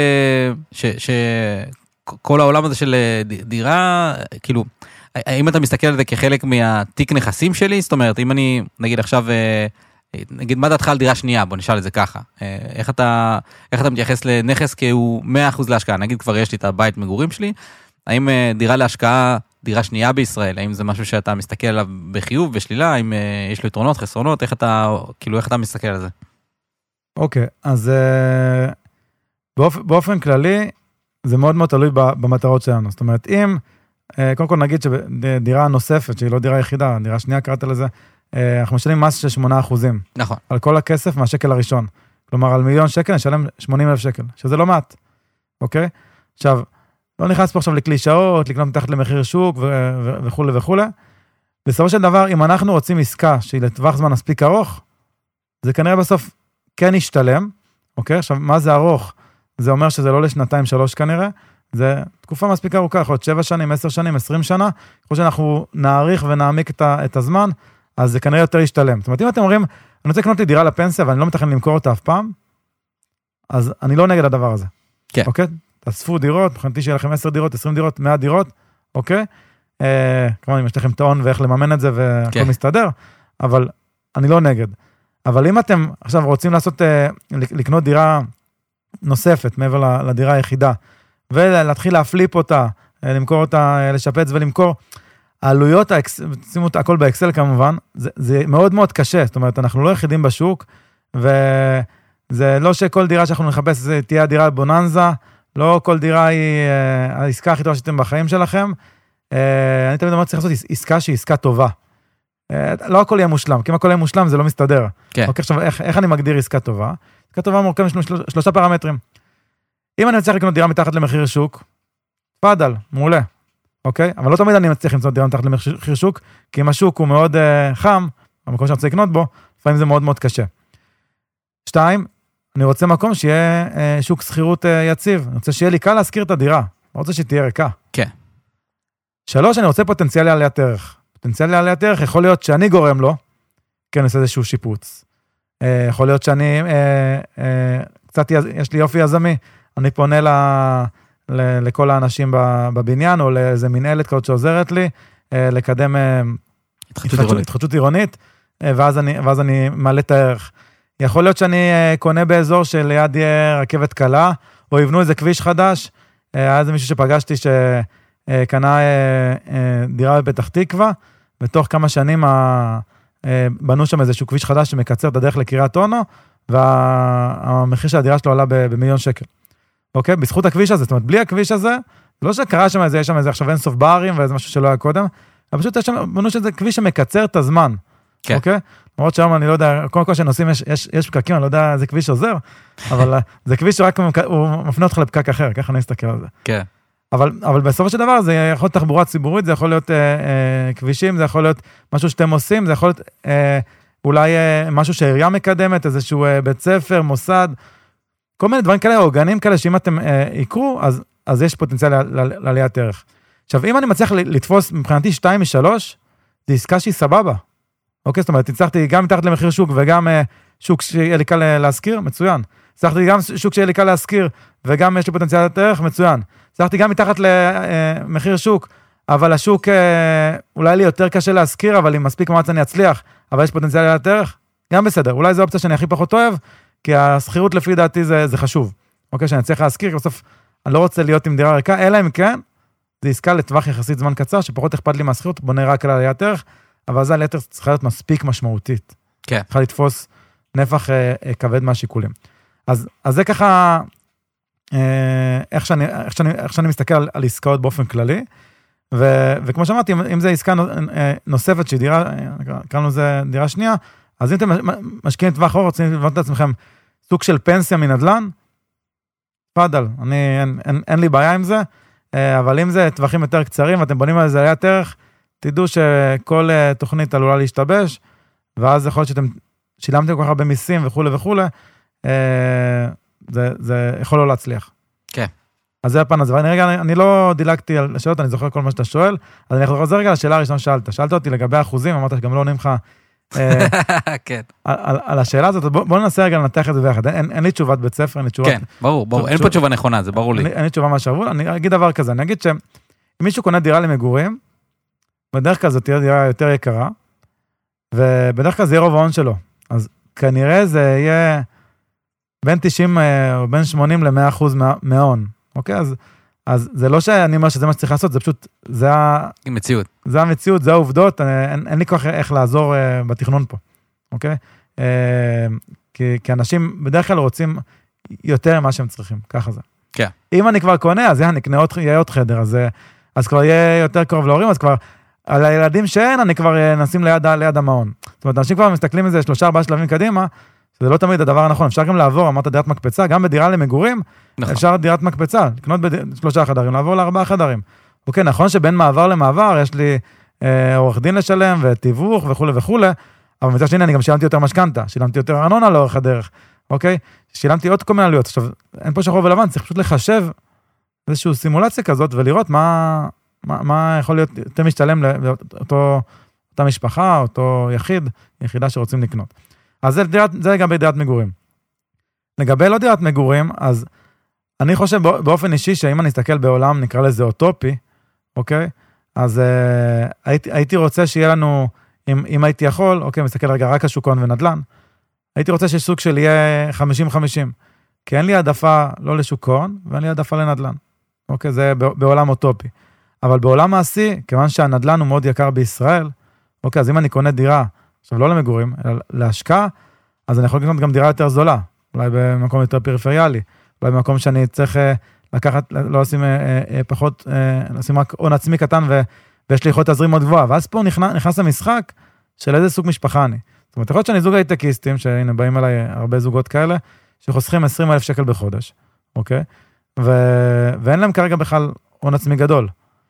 שכל העולם הזה של דירה, כאילו, האם אתה מסתכל על זה כחלק מהתיק נכסים שלי? זאת אומרת, אם אני, נגיד עכשיו, נגיד, מה דעתך על דירה שנייה? בוא נשאל את זה ככה. איך אתה מתייחס לנכס כי הוא 100% להשקעה? נגיד, כבר יש לי את הבית מגורים שלי. האם דירה להשקעה, דירה שנייה בישראל, האם זה משהו שאתה מסתכל עליו בחיוב, בשלילה? האם יש לו יתרונות, חסרונות? איך אתה מסתכל על זה? אוקיי, אז באופן כללי, זה מאוד מאוד תלוי במטרות שלנו. זאת אומרת, אם, קודם כל נגיד שדירה נוספת, שהיא לא דירה יחידה, דירה שנייה קראת לזה, אנחנו משלמים מס של 8%. נכון. על כל הכסף מהשקל הראשון. כלומר, על 1,000,000 שקל נשלם 80,000 שקל, שזה לא מעט. אוקיי? עכשיו, לא נכנס פה עכשיו לקלישאות, לקנות מתחת למחיר שוק וכו' וכו'. בסופו של דבר, אם אנחנו רוצים עסקה שהיא לטווח זמן מספיק ארוך, זה כנראה בסוף כן ישתלם, אוקיי? עכשיו, מה זה ארוך? זה אומר שזה לא לשנתיים, 3 כנראה, זה תקופה מספיק ארוכה, יכול להיות 7 שנים, 10 שנים, 20 שנה, כמו שאנחנו נעריך ונעמיק את הזמן, אז זה כנראה יותר ישתלם. זאת אומרת, אם אתם אומרים, אני רוצה לקנות לי דירה לפנסיה, ואני לא מתכן למכור אותה אף פעם, אז אני לא נגד הדבר הזה. כן. אוקיי? תאספו דירות, מבחינתי שיהיה לכם 10 דירות, 20 דירות, 100 דירות, אוקיי? כמובן, אם יש לכם טעון ואיך לממן את זה, והכל מסתדר, אבל אני לא נגד. אבל אם אתם עכשיו רוצים לקנות דירה נוספת, מעבר לדירה היחידה, ולהתחיל להפליפ אותה, למכור אותה, לשפץ ולמכור, העלויות, שימו את הכל באקסל כמובן, זה מאוד מאוד קשה, זאת אומרת, אנחנו לא יחידים בשוק, וזה לא שכל דירה שאנחנו נחפש, זה תהיה הדירה בוננזה, לא כל דירה היא העסקה הכי טובה שאתם בחיים שלכם, אני תמיד אומר, צריך לעשות עסקה שהיא עסקה טובה. לא הכל יהיה מושלם, כי אם הכל יהיה מושלם זה לא מסתדר. כן. אוקיי, עכשיו, איך אני מגדיר עסקה טובה? עסקה טובה מורכבת מ3 פרמטרים. אם אני מצליח לקנות דירה מתחת למחיר שוק, פאדל, מעולה. אוקיי? אבל לא תמיד אני מצליח למצוא דירה מתחת למחיר שוק, כי אם השוק הוא מאוד חם, המקום שאני רוצה לקנות בו, לפעמים זה מאוד מאוד קשה. 2, אני רוצה מקום שיהיה שוק שכירות יציב. אני רוצה שיהיה לי קל להשכיר את הדירה. אני רוצה שתהיה ריקה. כן. 3, אני רוצה פוטנציאל לעליית ערך. פוטנציאל לעליית ערך יכול להיות שאני גורם לו, כן, אני עושה איזשהו שיפוץ. יכול להיות שאני, קצת יש לי יופי יזמי, אני פונה לכל האנשים בבניין, או לאיזה מנהלת כזאת שעוזרת לי, לקדם התחדשות עירונית, ואז אני מעלה את הערך. יכול להיות שאני קונה באזור שליד יהיה רכבת קלה, או יבנו איזה כביש חדש, היה איזה מישהו שפגשתי שקנה דירה בפתח תקווה, ותוך כמה שנים בנו שם איזשהו כביש חדש שמקצר את הדרך לקריית אונו, והמחיר של הדירה שלו עלה ב1,000,000 שקל. אוקיי? בזכות הכביש הזה, זאת אומרת, בלי הכביש הזה, לא שקרה שם איזה, יש שם איזה עכשיו אין סוף ברים ואיזה משהו שלא היה קודם, אבל פשוט יש שם, בנו שזה כביש שמקצר את הזמן, כן. אוקיי? למרות שהיום אני לא יודע, קודם כל שנוסעים יש פקקים, אני לא יודע איזה כביש עוזר, אבל זה כביש שרק הוא מפנה אותך לפקק אחר, ככה אני אסתכל על זה. כן. אבל בסופו של דבר זה יכול להיות תחבורה ציבורית, זה יכול להיות כבישים, זה יכול להיות משהו שאתם עושים, זה יכול להיות אולי משהו שהעירייה מקדמת, איזשהו בית ספר, מוסד, כל מיני דברים כאלה, עוגנים כאלה, שאם אתם יקרו, אז יש פוטנציאל לעליית ערך. עכשיו, אם אני מצליח לתפוס מבחינתי 2 מ-3, זה עסקה שהיא סבבה. אוקיי, זאת אומרת, הצלחתי גם מתחת למחיר שוק, וגם שוק שיהיה לי קל להשכיר, מצוין. הצלחתי גם שוק שיהיה לי קל להשכיר, וגם יש לי פוטנציאל לעליית ערך, מצוין. הצלחתי גם מתחת למחיר שוק, אבל השוק אולי לי יותר קשה להשכיר, אבל אם מספיק מאמץ אני אצליח, אבל יש פוטנציאל לעליית ערך, גם בסדר. אולי זו אופציה שאני הכי פחות אוהב, כי השכירות לפי דעתי זה חשוב. אוקיי, שאני צריך להשכיר, כי בסוף אני לא רוצה להיות עם דירה ריקה, אלא אם כן, זה עסקה לטווח יחסית זמן קצר, שפחות אכפת לי מהשכירות, בוא נראה רק על עליית ערך, אבל זה עליית ערך צריכה להיות מספיק משמעותית. כן. צריכה לתפוס נפח כבד מהשיקולים. אז זה ככה, איך שאני מסתכל על עסקאות באופן כללי, וכמו שאמרתי, אם זה עסקה נוספת שהיא דירה, קראנו לזה דירה שנייה, אז אם אתם משקיעים טווח ארוך, רוצים לבנות את עצמכם סוג של פנסיה מנדל"ן, פדל, אין לי בעיה עם זה, אבל אם זה טווחים יותר קצרים, ואתם בונים על זה עליית ערך, תדעו שכל תוכנית עלולה להשתבש, ואז יכול להיות שאתם שילמתם כל כך הרבה מיסים וכו' וכו', זה יכול לא להצליח. כן. אז זה הפן הזה, אני לא דילגתי על השאלות, אני זוכר כל מה שאתה שואל, אז אני חוזר רגע לשאלה הראשונה שאלת אותי לגבי האחוזים, אמרת שגם לא עונים לך על השאלה הזאת, בוא ננסה רגע לנתח את זה ביחד, אין לי תשובת בית ספר, אין לי תשובת... כן, ברור, אין פה תשובה נכונה, זה ברור לי. אין לי תשובה מהשרוול, אני אגיד דבר כזה, אני אגיד שאם מישהו קונה דירה למגורים, בדרך כלל זאת תהיה דירה יותר יקרה, ובדרך כלל זה יהיה רוב ההון שלו, אז כנראה זה יהיה בין 90 או בין 80 ל-100% מההון, אוקיי? אז זה לא שאני אומר שזה מה שצריך לעשות, זה פשוט, זה המציאות. זה המציאות, זה העובדות, אין לי כוח איך לעזור בתכנון פה, אוקיי? כי אנשים בדרך כלל רוצים יותר ממה שהם צריכים, ככה זה. כן. אם אני כבר קונה, אז נקנה עוד חדר, אז כבר יהיה יותר קרוב להורים, אז כבר, על הילדים שאין, אני כבר נשים ליד המעון. זאת אומרת, אנשים כבר מסתכלים על זה 3-4 שלבים קדימה, זה לא תמיד הדבר הנכון, אפשר גם לעבור, אמרת דירת מקפצה, גם בדירה למגורים, נכון. אפשר דירת מקפצה, לקנות ב3 חדרים, לעבור ל4 חדרים. אוקיי, נכון שבין מעבר למעבר, יש לי עורך דין לשלם, ותיווך וכו' וכו', אבל מצד שני, אני גם שילמתי יותר משכנתה, שילמתי יותר ארנונה לאורך הדרך, אוקיי? שילמתי עוד כל מיני עלויות. עכשיו, אין פה שחור ולבן, צריך פשוט לחשב איזושהי סימולציה כזאת, ולראות מה יכול להיות יותר משתלם לאותה משפחה, אותו יחידה שרוצים לקנות. אז זה לגבי דירת מגורים. לגבי לא דירת מגורים, אז אני חושב באופן אישי, שאם אני אסתכל בעולם, נקרא לזה אוטופי, אוקיי? אז הייתי רוצה שיהיה לנו, אם הייתי יכול, אוקיי, מסתכל רגע רק על שוק ההון ונדל"ן, הייתי רוצה שסוג של יהיה 50-50, כי אין לי העדפה לא לשוק ההון, ואין לי העדפה לנדל"ן. אוקיי, זה בעולם אוטופי. אבל בעולם מעשי, כיוון שהנדל"ן הוא מאוד יקר בישראל, אוקיי, אז אם אני קונה דירה, עכשיו לא למגורים, אלא להשקעה, אז אני יכול לקנות גם דירה יותר זולה, אולי במקום יותר פריפריאלי, אולי במקום שאני צריך לקחת, לא לשים פחות, לשים רק הון עצמי קטן, ויש לי יכולת תזרים מאוד גבוהה, ואז פה נכנס למשחק של איזה סוג משפחה אני. זאת אומרת, יכול להיות שאני זוג הייטקיסטים, שהנה באים אליי הרבה זוגות כאלה, שחוסכים 20,000 שקל בחודש, אוקיי? ואין להם כרגע בכלל הון עצמי גדול.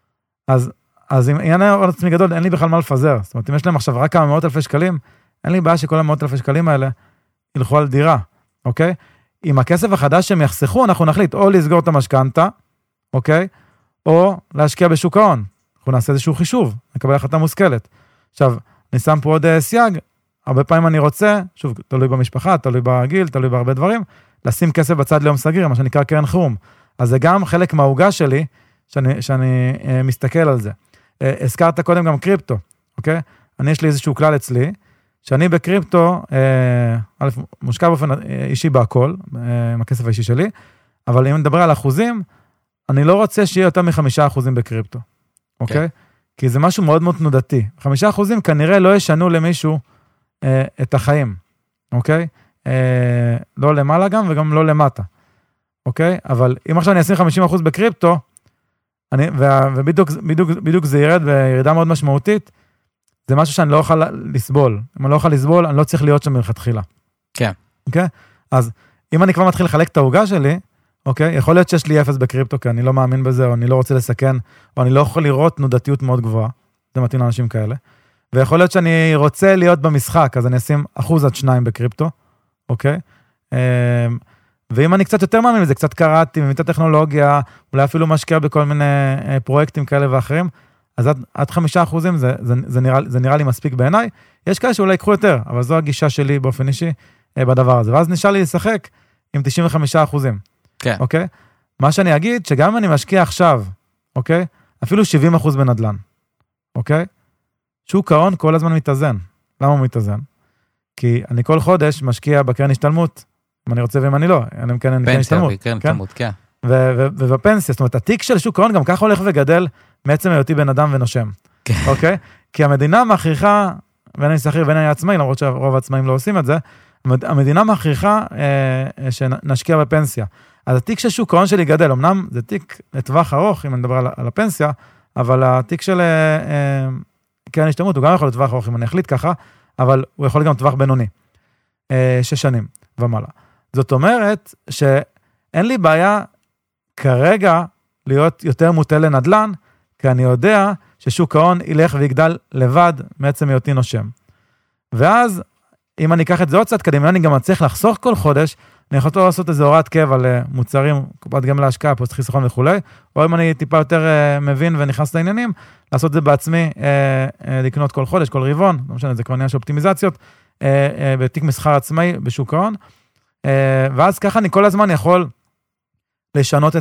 אז אם אין הון עצמי גדול, אין לי בכלל מה לפזר. זאת אומרת, אם יש להם עכשיו רק כמה מאות אלפי שקלים, אין לי בעיה שכל המאות אלפי שקלים האלה ילכו על דירה, אוקיי? עם הכסף החדש שהם יחסכו, אנחנו נחליט או לסגור את המשכנתה, אוקיי? או להשקיע בשוק ההון. אנחנו נעשה איזשהו חישוב, נקבל החלטה מושכלת. עכשיו, אני שם פה עוד סייג, הרבה פעמים אני רוצה, שוב, תלוי במשפחה, תלוי בגיל, תלוי בהרבה דברים, לשים כסף בצד ליום סגיר, מה שנקרא קרן חירום. אז זה גם חלק מהעוגה שלי, שאני מסתכל על זה. הזכרת קודם גם קריפטו, אוקיי? יש לי איזשהו כלל אצלי, שאני בקריפטו, מושקע באופן אישי בהכל, עם הכסף האישי שלי, אבל אם נדבר על אחוזים, אני לא רוצה שיהיה יותר מ5% בקריפטו, אוקיי? כי זה משהו מאוד מאוד תנודתי. 5% כנראה לא ישנו למישהו את החיים, אוקיי? לא למעלה גם וגם לא למטה, אוקיי? אבל אם עכשיו אני אשים 50% בקריפטו, ובדיוק זה ירד בירידה מאוד משמעותית, זה משהו שאני לא אוכל לסבול. אם אני לא אוכל לסבול, אני לא צריך להיות שם מלכתחילה. כן. אוקיי? אז אם אני כבר מתחיל לחלק את ההוגה שלי, אוקיי? יכול להיות שיש לי 0 בקריפטו, כי אני לא מאמין בזה, או אני לא רוצה לסכן, או אני לא יכול לראות תנודתיות מאוד גבוהה. זה מתאים לאנשים כאלה. ויכול להיות שאני רוצה להיות במשחק, אז אני אשים 1% עד 2% בקריפטו, אוקיי? ואם אני קצת יותר מאמין בזה, קצת קראתי, מבין את הטכנולוגיה, אולי אפילו משקיע בכל מיני פרויקטים כאלה ואחרים, אז עד 5% זה נראה לי מספיק בעיניי. יש כאלה שאולי יקחו יותר, אבל זו הגישה שלי באופן אישי בדבר הזה. ואז נשאר לי לשחק עם 95%. כן. אוקיי? מה שאני אגיד, שגם אם אני משקיע עכשיו, אוקיי? אפילו 70% בנדלן, אוקיי? שוק ההון כל הזמן מתאזן. למה הוא מתאזן? כי אני כל חודש משקיע בקרן השתלמות, אם אני רוצה ואם אני לא, אני מקרן השתלמות. קרן השתלמות, כן. ובפנסיה, זאת אומרת, התיק של שוק ההון גם ככה הולך וגדל, מעצם היותי בן אדם ונושם. אוקיי? כי המדינה מכריחה, בין אני שכיר ובין אני עצמאי, למרות שרוב העצמאים לא עושים את זה, המדינה מכריחה שנשקיע בפנסיה. אז התיק של שוק ההון שלי גדל, אמנם זה תיק לטווח ארוך, אם אני מדבר על הפנסיה, אבל התיק של קרן השתלמות, הוא גם יכול לטווח ארוך, אם אני אחליט ככה, אבל הוא יכול גם טווח בינוני. 6 שנים ומעלה. זאת אומרת שאין לי בעיה כרגע להיות יותר מוטה לנדלן, כי אני יודע ששוק ההון ילך ויגדל לבד מעצם היותי נושם. ואז, אם אני אקח את זה עוד קצת קדימה, אני גם אצליח לחסוך כל חודש, אני יכול לעשות איזה הוראת קבע למוצרים, קופת גמל להשקעה, פוסט חיסכון וכו', או אם אני טיפה יותר מבין ונכנס לעניינים, לעשות את זה בעצמי, לקנות כל חודש, כל רבעון, לא משנה, זה כבר עניין של אופטימיזציות, בתיק מסחר עצמאי בשוק ההון, ואז ככה אני כל הזמן יכול לשנות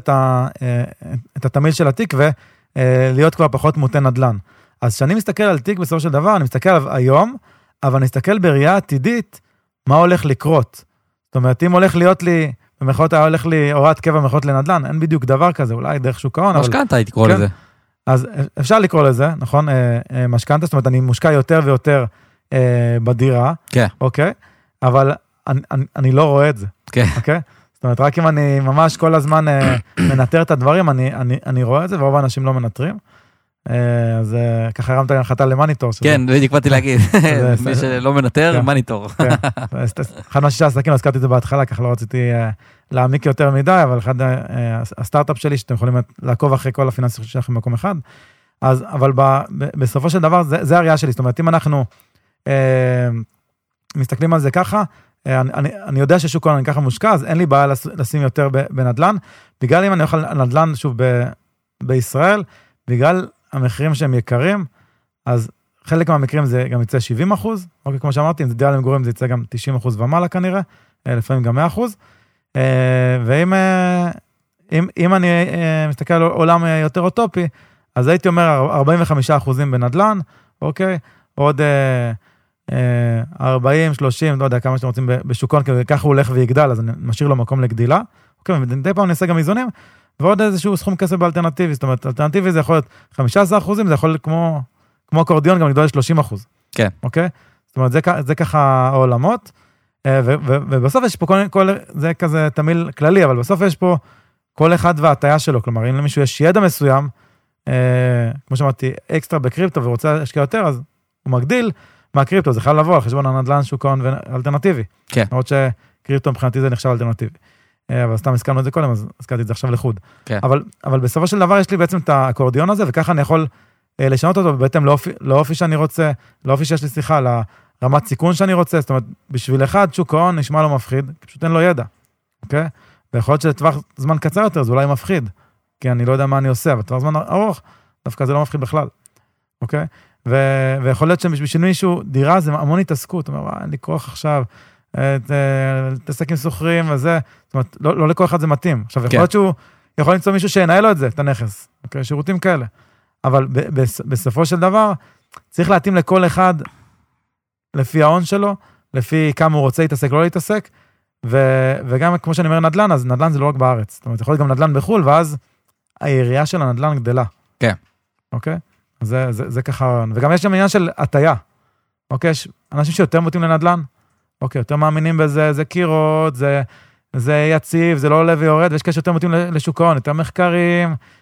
את התמיל של התיק, ולהיות כבר פחות מוטה נדל"ן. אז כשאני מסתכל על תיק בסופו של דבר, אני מסתכל עליו היום, אבל אני מסתכל בראייה עתידית, מה הולך לקרות. זאת אומרת, אם הולך להיות לי, במחאות היה הולך לי הוראת קבע במחאות לנדל"ן, אין בדיוק דבר כזה, אולי דרך שוק ההון. משכנתה הייתי קורא לזה. אז אפשר לקרוא לזה, נכון? משכנתה, זאת אומרת, אני מושקע יותר ויותר בדירה, אוקיי? אבל אני לא רואה את זה, אוקיי? זאת אומרת, רק אם אני ממש כל הזמן מנטר את הדברים, אני רואה את זה, ורוב האנשים לא מנטרים. אז ככה הרמת להנחתה למניטור. כן, בדיוק באתי להגיד, מי שלא מנטר, מניטור. אחד מהשישה עסקים, הזכרתי את זה בהתחלה, ככה לא רציתי להעמיק יותר מדי, אבל אחד הסטארט-אפ שלי, שאתם יכולים לעקוב אחרי כל הפיננסים שלכם במקום אחד, אבל בסופו של דבר, זה הראייה שלי, זאת אומרת, אם אנחנו מסתכלים על זה ככה, אני יודע ששוק ההון אני ככה מושקע, אז אין לי בעיה לשים יותר בנדלן, בגלל אם אני אוכל נדלן שוב בישראל, בגלל המחירים שהם יקרים, אז חלק מהמקרים זה גם יצא 70%, אוקיי, כמו שאמרתי, אם זה דירה למגורים, זה יצא גם 90% ומעלה כנראה, לפעמים גם 100%, ואם אני מסתכל על עולם יותר אוטופי, אז הייתי אומר 45% בנדלן, אוקיי, עוד 40, 30, לא יודע כמה שאתם רוצים בשוקון, כי ככה הוא הולך ויגדל, אז אני משאיר לו מקום לגדילה, אוקיי, ומדי פעם נעשה גם איזונים, ועוד איזשהו סכום כסף באלטרנטיבי, זאת אומרת, אלטרנטיבי זה יכול להיות 15%, זה יכול להיות כמו אקורדיון, גם לגדול ל-30%. כן. אוקיי? זאת אומרת, זה ככה העולמות, ובסוף יש פה זה כזה תמיל כללי, אבל בסוף יש פה כל אחד וההטיה שלו, כלומר, אם למישהו יש ידע מסוים, כמו שאמרתי, אקסטרה בקריפטו, ורוצה להשקיע יותר, אז הוא מגדיל מהקריפטו, זה חייב לבוא על חשבון הנדל"ן, שוק ההון ואלטרנטיבי. כן. למרות שקריפטו מבחינתי זה נחשב אלטרנטיבי. אבל סתם הזכרנו את זה קודם, אז הזכרתי את זה עכשיו לחוד. כן. אבל בסופו של דבר יש לי בעצם את האקורדיון הזה, וככה אני יכול לשנות אותו, ובעצם לאופי שאני רוצה, לאופי שיש לי שיחה, לרמת סיכון שאני רוצה, זאת אומרת, בשביל אחד, שוק ההון נשמע לו מפחיד, כי פשוט אין לו ידע, אוקיי? ויכול להיות שלטווח זמן קצר יותר, זה אולי מפחיד, כי אני לא יודע מה אני עושה, אבל טווח זמן ארוך, דווקא זה לא מפחיד בכלל, אוקיי? ויכול להיות שבשביל מישהו, דירה זה המון התעסקות, הוא אומר, אין לי כוח עכשיו, תעסק עם סוחרים וזה, זאת אומרת, לא לכל אחד זה מתאים. עכשיו, יכול להיות שהוא יכול למצוא מישהו שינהל לו את זה, את הנכס, אוקיי? שירותים כאלה. אבל בסופו של דבר, צריך להתאים לכל אחד, לפי ההון שלו, לפי כמה הוא רוצה להתעסק, לא להתעסק, וגם כמו שאני אומר נדל"ן, אז נדל"ן זה לא רק בארץ. זאת אומרת, יכול להיות גם נדל"ן בחול, ואז היריעה של הנדל"ן גדלה. כן. אוקיי? זה ככה, וגם יש גם עניין של הטיה. אוקיי? יש אנשים שיותר מתאים לנדל"ן, אוקיי, יותר מאמינים בזה, זה קירות, זה יציב, זה לא עולה ויורד, ויש כאלה שיותר מתאים לשוק ההון, יותר מחקרים,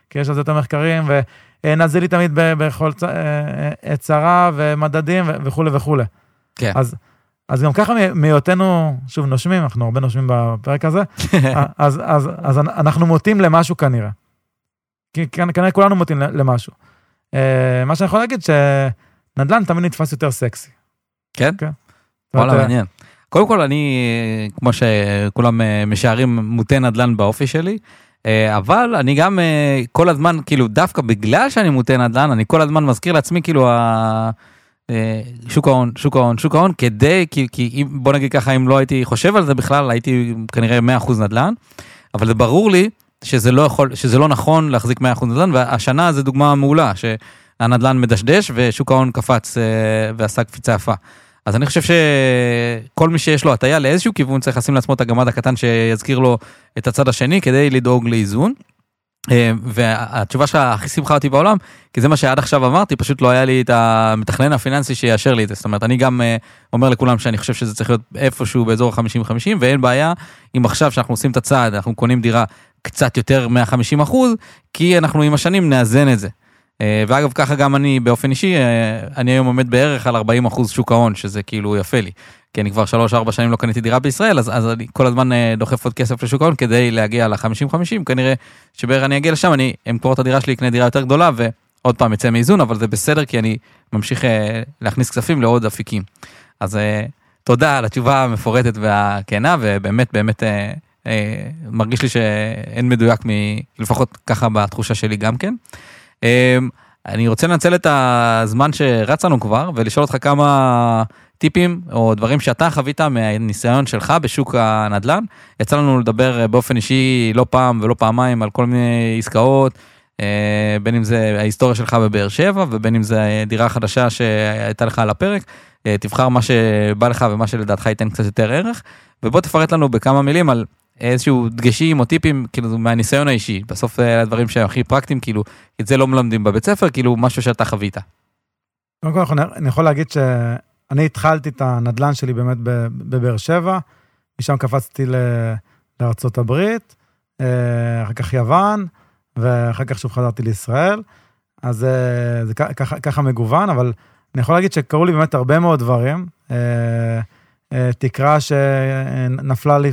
כי יש על זה את המחקרים, ונזיל לי תמיד בכל צרה ומדדים וכו' וכו'. כן. אז גם ככה מהיותנו, שוב, נושמים, אנחנו הרבה נושמים בפרק הזה, אז אנחנו מוטים למשהו כנראה. כי כנראה כולנו מוטים למשהו. מה שאני יכול להגיד, שנדל"ן תמיד נתפס יותר סקסי. כן? וואלה, מעניין. קודם כל, אני, כמו שכולם משערים, מוטה נדל"ן באופי שלי, אבל אני גם כל הזמן, כאילו, דווקא בגלל שאני מוטה נדל"ן, אני כל הזמן מזכיר לעצמי, כאילו, שוק ההון, כדי, כי בוא נגיד ככה, אם לא הייתי חושב על זה בכלל, הייתי כנראה 100% נדל"ן, אבל זה ברור לי שזה לא נכון להחזיק 100% נדל"ן, והשנה זה דוגמה מעולה, שהנדל"ן מדשדש, ושוק ההון קפץ ועשה קפיצה יפה. אז אני חושב שכל מי שיש לו הטיה לאיזשהו כיוון, צריך לשים לעצמו את הגמד הקטן שיזכיר לו את הצד השני, כדי לדאוג לאיזון. והתשובה שלך הכי שמחה אותי בעולם, כי זה מה שעד עכשיו אמרתי, פשוט לא היה לי את המתכנן הפיננסי שיאשר לי את זה. זאת אומרת, אני גם אומר לכולם שאני חושב שזה צריך להיות איפשהו באזור 50-50, ואין בעיה אם עכשיו שאנחנו עושים את הצעד, אנחנו קונים דירה קצת יותר 150%, כי אנחנו עם השנים נאזן את זה. ואגב, ככה גם אני באופן אישי, אני היום עומד בערך על 40% שוק ההון, שזה כאילו יפה לי. כי אני כבר 3-4 שנים לא קניתי דירה בישראל, אז אני כל הזמן דוחף עוד כסף לשוק ההון, כדי להגיע ל-50-50, כנראה שבערך אני אגיע לשם, אני אמכור את הדירה שלי, אקנה דירה יותר גדולה, ועוד פעם יצא מאיזון, אבל זה בסדר, כי אני ממשיך להכניס כספים לעוד אפיקים. אז תודה על התשובה המפורטת והכנה, ובאמת, באמת, מרגיש לי שאין מדויק, לפחות ככה בתחושה שלי גם כן. אני רוצה לנצל את הזמן שרצנו כבר, ולשאול אותך כמה טיפים או דברים שאתה חווית מהניסיון שלך בשוק הנדל"ן. יצא לנו לדבר באופן אישי לא פעם ולא פעמיים על כל מיני עסקאות, בין אם זה ההיסטוריה שלך בבאר שבע, ובין אם זה דירה חדשה שהייתה לך על הפרק. תבחר מה שבא לך ומה שלדעתך ייתן קצת יותר ערך, ובוא תפרט לנו בכמה מילים על איזשהו דגשים או טיפים, כאילו, מהניסיון האישי. בסוף הדברים שהכי פרקטיים, כאילו, את זה לא מלמדים בבית ספר, כאילו, משהו שאתה חווית. קודם כל, אני יכול להגיד שאני התחלתי את הנדל"ן שלי באמת בבאר שבע, משם קפצתי לארצות הברית, אחר כך יוון, ואחר כך שוב חזרתי לישראל, אז זה ככה מגוון, אבל אני יכול להגיד שקראו לי באמת הרבה מאוד דברים, תקרה שנפלה לי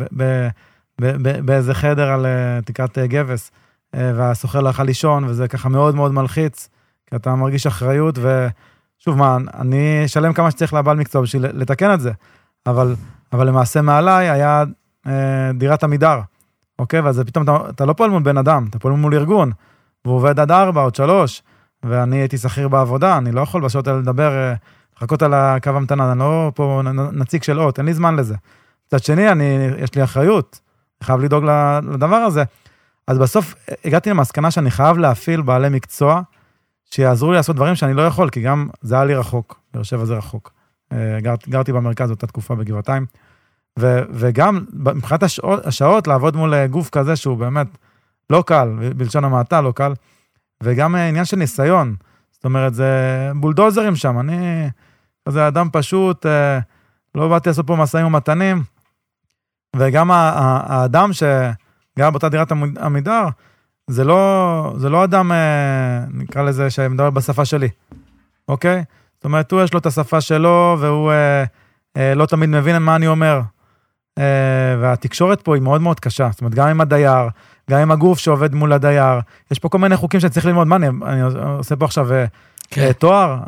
באיזה חדר על תקרת גבס, והסוחר לא יכל לישון, וזה ככה מאוד מאוד מלחיץ, כי אתה מרגיש אחריות, ושוב מה, אני אשלם כמה שצריך לבעל מקצוע בשביל לתקן את זה, אבל למעשה מעליי היה דירת עמידר, אוקיי? ואז פתאום אתה לא פועל מול בן אדם, אתה פועל מול ארגון, והוא עובד עד 4 או 3, ואני הייתי שכיר בעבודה, אני לא יכול בשעות האלה לדבר, לחכות על הקו המתנה, אני לא פה נציג של אות, אין לי זמן לזה. מצד שני, יש לי אחריות, אני חייב לדאוג לדבר הזה. אז בסוף הגעתי למסקנה שאני חייב להפעיל בעלי מקצוע, שיעזרו לי לעשות דברים שאני לא יכול, כי גם זה היה לי רחוק, באר שבע זה רחוק. גרתי במרכז אותה תקופה בגבעתיים, וגם מבחינת השעות לעבוד מול גוף כזה, שהוא באמת לא קל, בלשון המעטה לא קל, וגם עניין של ניסיון, זאת אומרת, זה בולדוזרים שם, אני כזה אדם פשוט, לא באתי לעשות פה מסעים ומתנים, וגם האדם שגר באותה דירת עמידר, זה לא אדם, נקרא לזה, שמדבר בשפה שלי, אוקיי? זאת אומרת, הוא יש לו את השפה שלו, והוא לא תמיד מבין מה אני אומר, והתקשורת פה היא מאוד מאוד קשה, זאת אומרת, גם עם הדייר, גם עם הגוף שעובד מול הדייר, יש פה כל מיני חוקים שאני צריך ללמוד, מה אני עושה פה עכשיו תואר,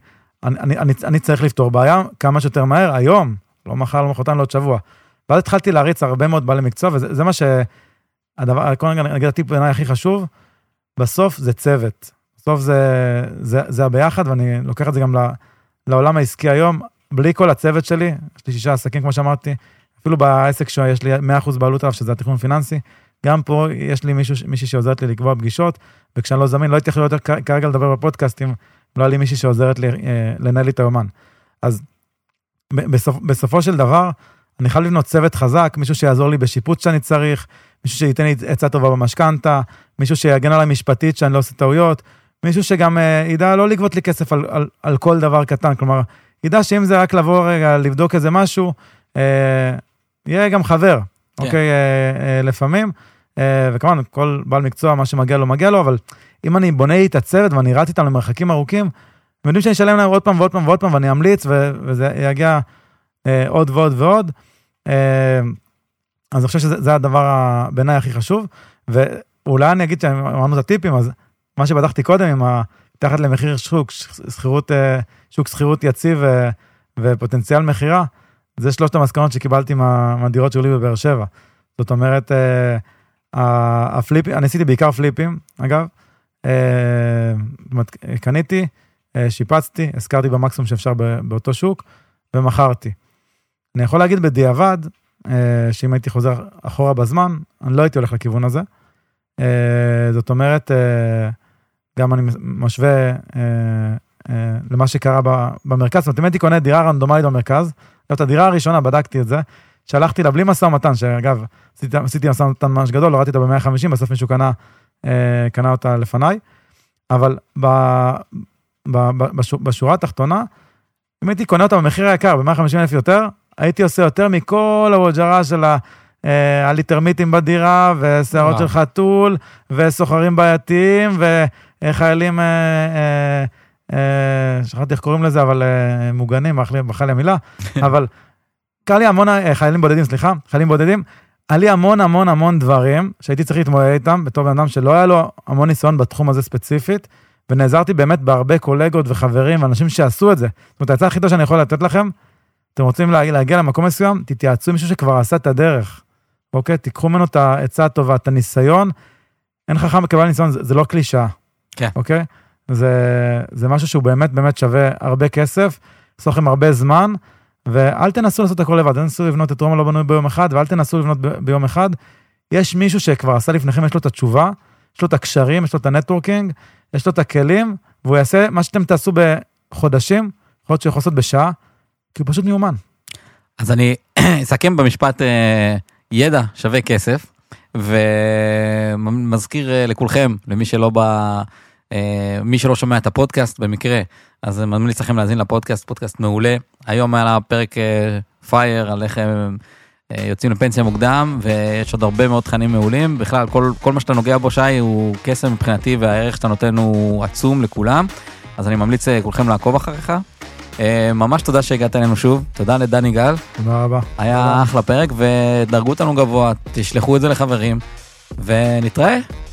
אני צריך לפתור בעיה כמה שיותר מהר, היום, לא מחר, לא מחרתיים, לא עוד שבוע. ואז התחלתי להריץ הרבה מאוד בעלי מקצוע, וזה מה שהדבר, נגיד הטיפ בעיניי הכי חשוב, בסוף זה צוות. בסוף זה הביחד, ואני לוקח את זה גם לעולם העסקי היום, בלי כל הצוות שלי, יש לי 6 עסקים, כמו שאמרתי, אפילו בעסק שיש לי 100% בעלות עליו, שזה התכנון פיננסי, גם פה יש לי מישהי שעוזרת לי לקבוע פגישות, וכשאני לא זמין, לא הייתי יכול יותר כרגע לדבר בפודקאסטים, לא היה לי מישהי שעוזרת לי לנהל לי את היומן. אז בסופו של דבר, אני חייב לבנות צוות חזק, מישהו שיעזור לי בשיפוט שאני צריך, מישהו שייתן לי עצה טובה במשכנתה, מישהו שיגן עליי משפטית שאני לא עושה טעויות, מישהו שגם ידע לא לגבות לי כסף על כל דבר קטן, כלומר, ידע שאם זה רק לבוא רגע לבדוק איזה משהו, יהיה גם חבר, אוקיי, לפעמים, וכמובן, כל בעל מקצוע, מה שמגיע לו, מגיע לו, אבל אם אני בונה לי את הצוות ואני רץ איתם למרחקים ארוכים, הם יודעים שאני אשלם להם עוד פעם ועוד פעם ועוד פעם, ואני אמליץ, וזה יגיע עוד ועוד ועוד. אז אני חושב שזה הדבר בעיניי הכי חשוב, ואולי אני אגיד שאמרנו את הטיפים, אז מה שבדחתי קודם, עם תחת למחיר שוק שכירות יציב ופוטנציאל מחירה, זה 3 המסקנות שקיבלתי מהדירות שלי בבאר שבע. זאת אומרת, אני עשיתי בעיקר פליפים, אגב, קניתי, שיפצתי, הזכרתי במקסימום שאפשר באותו שוק, ומכרתי. אני יכול להגיד בדיעבד, שאם הייתי חוזר אחורה בזמן, אני לא הייתי הולך לכיוון הזה. זאת אומרת, גם אני משווה למה שקרה במרכז. זאת אומרת, אם הייתי קונה דירה רנדומלית במרכז, את הדירה הראשונה, בדקתי את זה, שלחתי לה בלי מסע ומתן, שאגב, עשיתי מסע ומתן ממש גדול, לא ראיתי אותה ב-150, בסוף מישהו קנה אותה לפניי, אבל בשורה התחתונה, אם הייתי קונה אותה במחיר היקר, ב-150,000 יותר, הייתי עושה יותר מכל הווג'רה של הליטרמיטים בדירה, ושערות של חתול, וסוחרים בעייתיים, וחיילים, שכחתי איך קוראים לזה, אבל מוגנים, בחל לי המילה, אבל קרה לי המון, חיילים בודדים, היה לי המון דברים, שהייתי צריך להתמודד איתם, בתור בן אדם שלא היה לו המון ניסיון בתחום הזה ספציפית, ונעזרתי באמת בהרבה קולגות וחברים, ואנשים שעשו את זה. זאת אומרת, העצה הכי טוב שאני יכול לתת לכם, אתם רוצים להגיע למקום מסוים, תתייעצו עם מישהו שכבר עשה את הדרך. אוקיי? תיקחו ממנו את העצה הטובה, את הניסיון. אין חכם בקבל ניסיון, זה לא קלישאה. כן. אוקיי? זה משהו שהוא באמת שווה הרבה כסף, יחסוך עם הרבה זמן, ואל תנסו לעשות הכל לבד, תנסו לבנות את רומא לא בנוי ביום אחד, ואל תנסו לבנות ביום אחד. יש מישהו שכבר עשה לפניכם, יש לו את התשובה, יש לו את הקשרים, יש לו את הנטוורקינג, יש לו את הכלים, והוא יעשה מה שאתם תעשו בחודשים, יכול להיות שהוא יכול לעשות בשעה, כי הוא פשוט מיומן. אז אני אסכם במשפט ידע שווה כסף, ומזכיר לכולכם, מי שלא שומע את הפודקאסט במקרה, אז אני ממליץ לכם להאזין לפודקאסט, פודקאסט מעולה. היום היה לה פרק פייר על איך יוצאים לפנסיה מוקדם, ויש עוד הרבה מאוד תכנים מעולים. בכלל, כל מה שאתה נוגע בו, שי, הוא קסם מבחינתי, והערך שאתה נותן הוא עצום לכולם. אז אני ממליץ כולכם לעקוב אחריך. ממש תודה שהגעת אלינו שוב. תודה לדני גל. תודה רבה. היה אחלה פרק, ודרגו אותנו גבוה, תשלחו את זה לחברים, ונתראה.